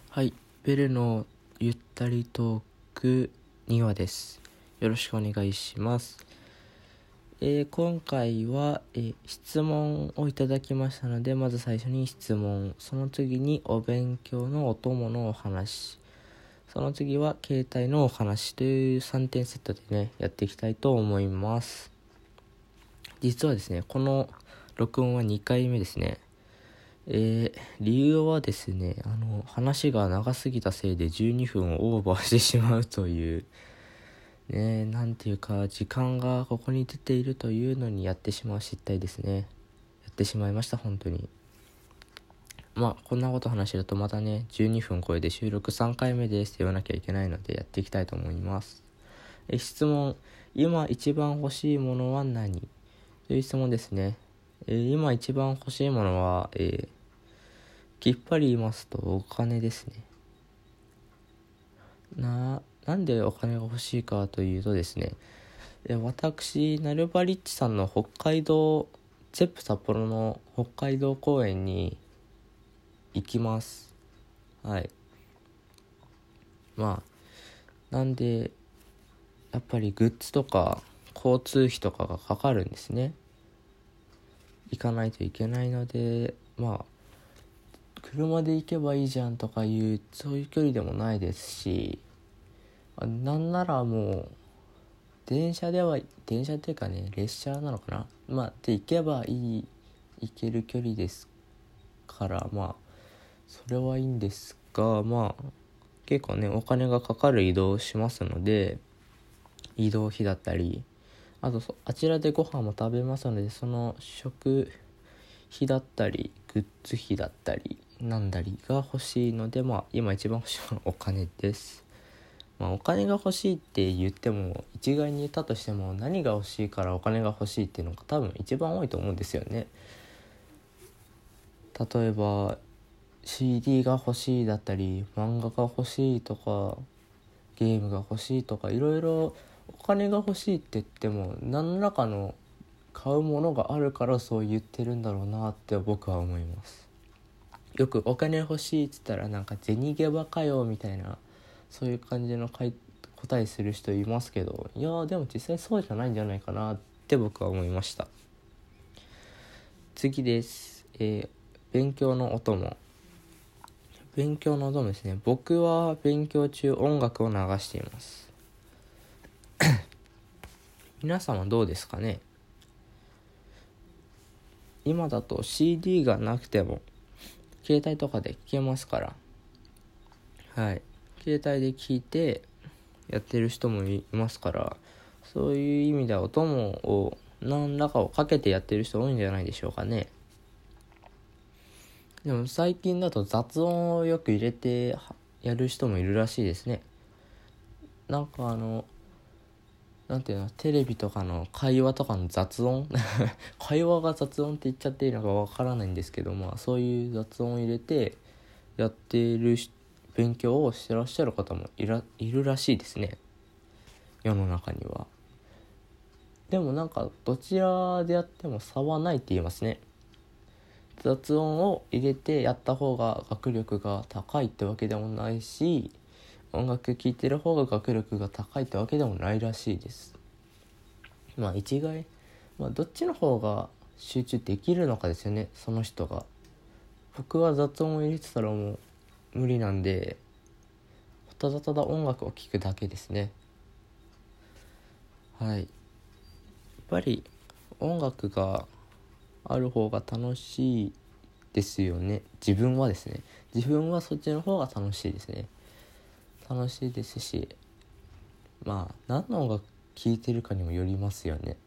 はい、ベルのゆったりトーク2話です。よろしくお願いします。今回は、質問をいただきましたので、まず最初に質問、その次にお勉強のお供のお話、その次は携帯のお話という3点セットでね、やっていきたいと思います。実はですね、この録音は2回目ですね。理由はですね、話が長すぎたせいで12分をオーバーしてしまうというね、なんていうか時間がここに出ているというのにやってしまう失態ですね。やってしまいました、本当に。こんなこと話してるとまたね、12分超えて収録3回目ですって言わなきゃいけないのでやっていきたいと思います。質問、今一番欲しいものは何という質問ですね。今一番欲しいものは、きっぱり言いますとお金ですね。なんでお金が欲しいかというとですね、私ナルバリッチさんの北海道ゼップ札幌の北海道公演に行きます。はい。なんでやっぱりグッズとか交通費とかがかかるんですね。行かないといけないので、車で行けばいいじゃんとかいうそういう距離でもないですし、なんならもう電車っていうかね、列車なのかな、で行けば行ける距離ですから、それはいいんですが、結構ねお金がかかる移動をしますので、移動費だったり、あとあちらでご飯も食べますので、その食費だったりグッズ費だったりなんだりが欲しいので、今一番欲しいのはお金です。お金が欲しいって言っても、一概に言ったとしても何が欲しいからお金が欲しいっていうのが多分一番多いと思うんですよね。例えば CD が欲しいだったり、漫画が欲しいとか、ゲームが欲しいとか、いろいろお金が欲しいって言っても何らかの買うものがあるからそう言ってるんだろうなって僕は思います。よくお金欲しいって言ったらなんか銭ゲバかよみたいな、そういう感じの答えする人いますけど、いやでも実際そうじゃないんじゃないかなって僕は思いました。次です。勉強のお供。勉強のお供ですね。僕は勉強中音楽を流しています。皆さんはどうですかね。今だと CD がなくても携帯とかで聴けますから、はい、携帯で聴いてやってる人もいますから、そういう意味ではお供を何らかをかけてやってる人多いんじゃないでしょうかね。でも最近だと雑音をよく入れてやる人もいるらしいですね。なんかなんていうの、テレビとかの会話とかの雑音会話が雑音って言っちゃっていいのかわからないんですけど、そういう雑音を入れてやっている勉強をしてらっしゃる方もいるらしいですね、世の中には。でもどちらでやっても差はないって言いますね。雑音を入れてやった方が学力が高いってわけでもないし、音楽聴いてる方が学力が高いってわけでもないらしいです。一概、どっちの方が集中できるのかですよね、その人が。僕は雑音を入れてたらもう無理なんで、ただただ音楽を聴くだけですね。はい。やっぱり音楽がある方が楽しいですよね。自分はそっちの方が楽しいですね。楽しいですし、何の音楽聴いてるかにもよりますよね。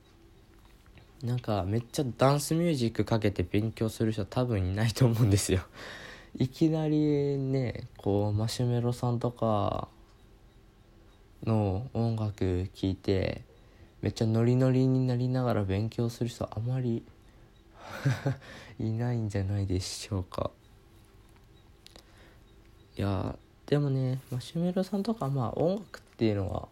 めっちゃダンスミュージックかけて勉強する人は多分いないと思うんですよ。いきなりね、マシュメロさんとかの音楽聴いてめっちゃノリノリになりながら勉強する人はあまりいないんじゃないでしょうか。いやでもね、マシュメロさんとか音楽っていうのは、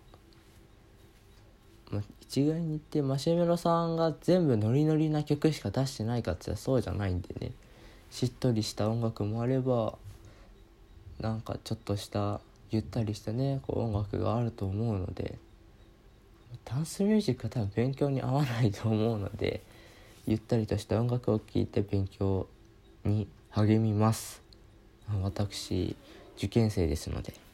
一概に言ってマシュメロさんが全部ノリノリな曲しか出してないかって言ったらそうじゃないんでね。しっとりした音楽もあればなんかちょっとしたゆったりしたねこう音楽があると思うので、ダンスミュージックは多分勉強に合わないと思うので、ゆったりとした音楽を聴いて勉強に励みます。私受験生ですので。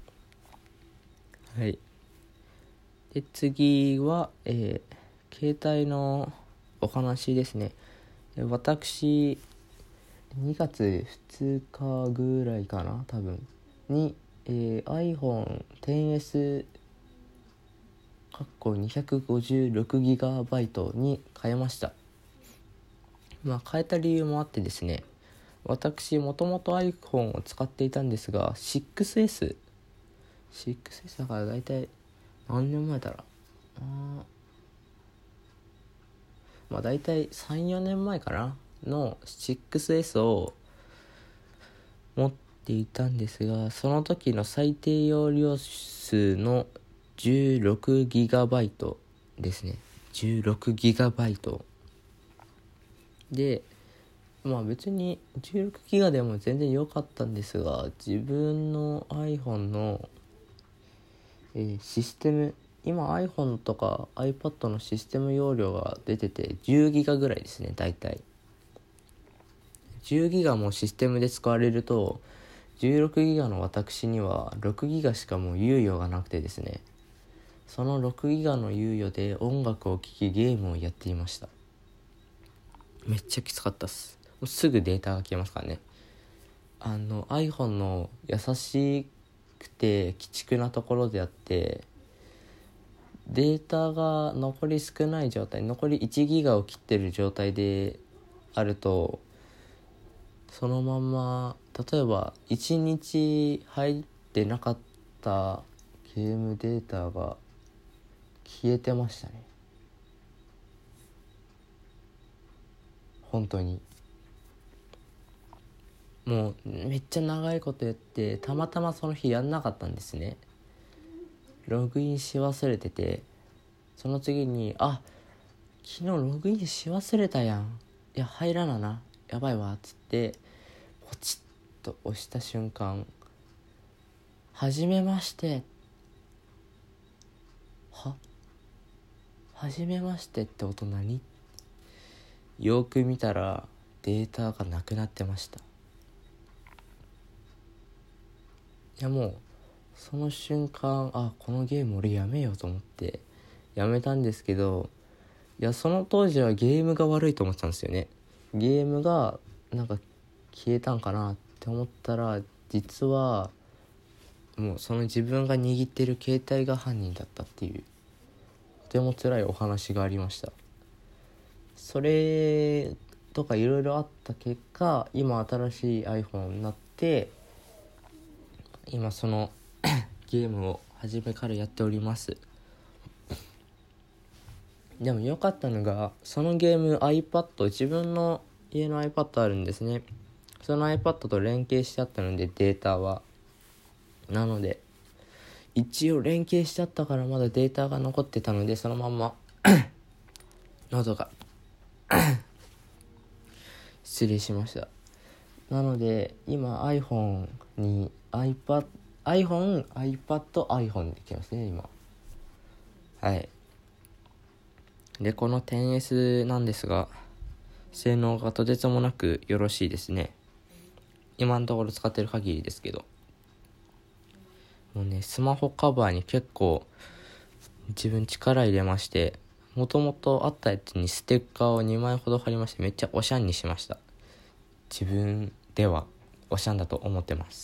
はい。で次は、携帯のお話ですね。私2月2日ぐらいかな多分に、iPhone XS 256GB に変えました。変えた理由もあってですね、私もともと iPhone を使っていたんですが 6S だからだいたい何年前だろう、だいたい 3,4 年前かなの 6S を持っていたんですが、その時の最低容量数の 16GB ですね。 16GB で、別に16ギガでも全然良かったんですが、自分の iPhone の、システム、今 iPhone とか iPad のシステム容量が出てて10ギガぐらいですね。だいたい10ギガもシステムで使われると、16ギガの私には6ギガしかもう猶予がなくてですね、その6ギガの猶予で音楽を聴きゲームをやっていました。めっちゃきつかったっす。もうすぐデータが消えますからね。iPhone の優しくて鬼畜なところであって、データが残り少ない状態、残り1ギガを切ってる状態であると、そのまま例えば1日入ってなかったゲームデータが消えてましたね。本当にもうめっちゃ長いことやって、たまたまその日やんなかったんですね。ログインし忘れてて、その次に昨日ログインし忘れたやん、いや入らなやばいわっつってポチッと押した瞬間、はじめましてって音何？よく見たらデータがなくなってました。いやもうその瞬間、このゲーム俺やめようと思ってやめたんですけど、その当時はゲームが悪いと思ってたんですよね。ゲームがなんか消えたんかなって思ったら、実はもうその自分が握ってる携帯が犯人だったっていう、とても辛いお話がありました。それとかいろいろあった結果、今新しい iPhone になって、今そのゲームを初めからやっております。でも良かったのが、そのゲーム iPad、自分の家の iPad あるんですね。その iPad と連携してあったので、データはなので一応連携してあったからまだデータが残ってたので、そのまんま喉が失礼しました。なので今 iPhone に iPad できますね今。はい。でこの 10S なんですが、性能がとてつもなくよろしいですね。今のところ使ってる限りですけど、もうね、スマホカバーに結構自分力入れまして、もともとあったやつにステッカーを2枚ほど貼りまして、めっちゃおしゃんにしました。自分ではおしゃんだと思ってます。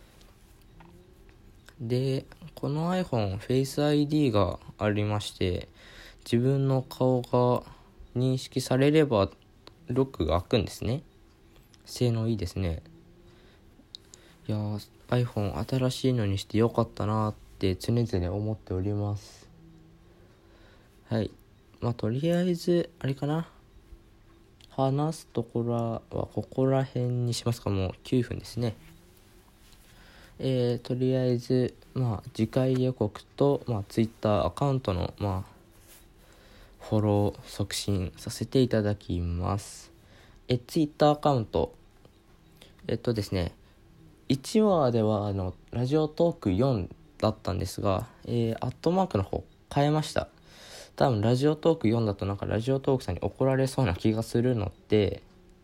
でこの iPhone Face ID がありまして、自分の顔が認識されればロックが開くんですね。性能いいですね。いや iPhone 新しいのにしてよかったなって常々思っております。はい。とりあえずあれかな、話すところはここら辺にしますか。もう9分ですね。とりあえず次回予告と、Twitter アカウントのフォロー促進させていただきます。Twitter アカウントですね、 1話ではラジオトーク4だったんですが、アットマークの方変えました。多分ラジオトーク4だとなんかラジオトークさんに怒られそうな気がするので、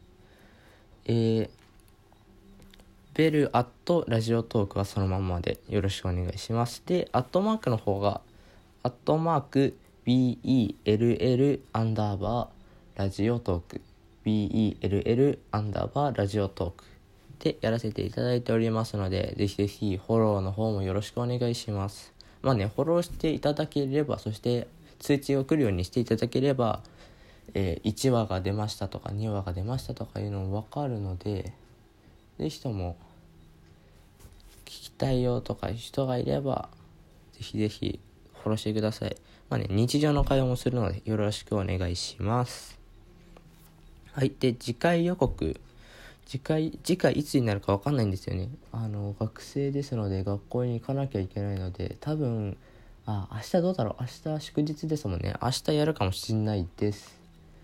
ベルアットラジオトークはそのままでよろしくお願いします。で、アットマークの方がアットマーク BELL アンダーバーラジオトーク BELL アンダーバーラジオトークでやらせていただいておりますので、ぜひぜひフォローの方もよろしくお願いします。フォローしていただければ、そして通知が来るようにしていただければ、1話が出ましたとか2話が出ましたとかいうのも分かるので、ぜひとも聞きたいよとかいう人がいればぜひぜひフォローしてください。日常の会話もするのでよろしくお願いします。はい。で、次回予告。次回いつになるか分かんないんですよね。学生ですので学校に行かなきゃいけないので、多分明日どうだろう。明日祝日ですもんね。明日やるかもしんないです。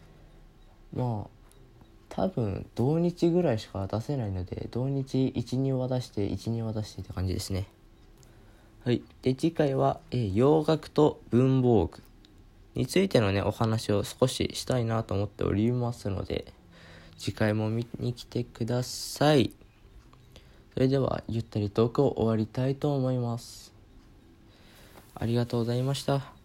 多分同日ぐらいしか出せないので、同日 1,2 話出して1,2 話出してって感じですね。はい。で、次回は、洋楽と文房具についてのねお話を少ししたいなと思っておりますので、次回も見に来てください。それではゆったりトークを終わりたいと思います。ありがとうございました。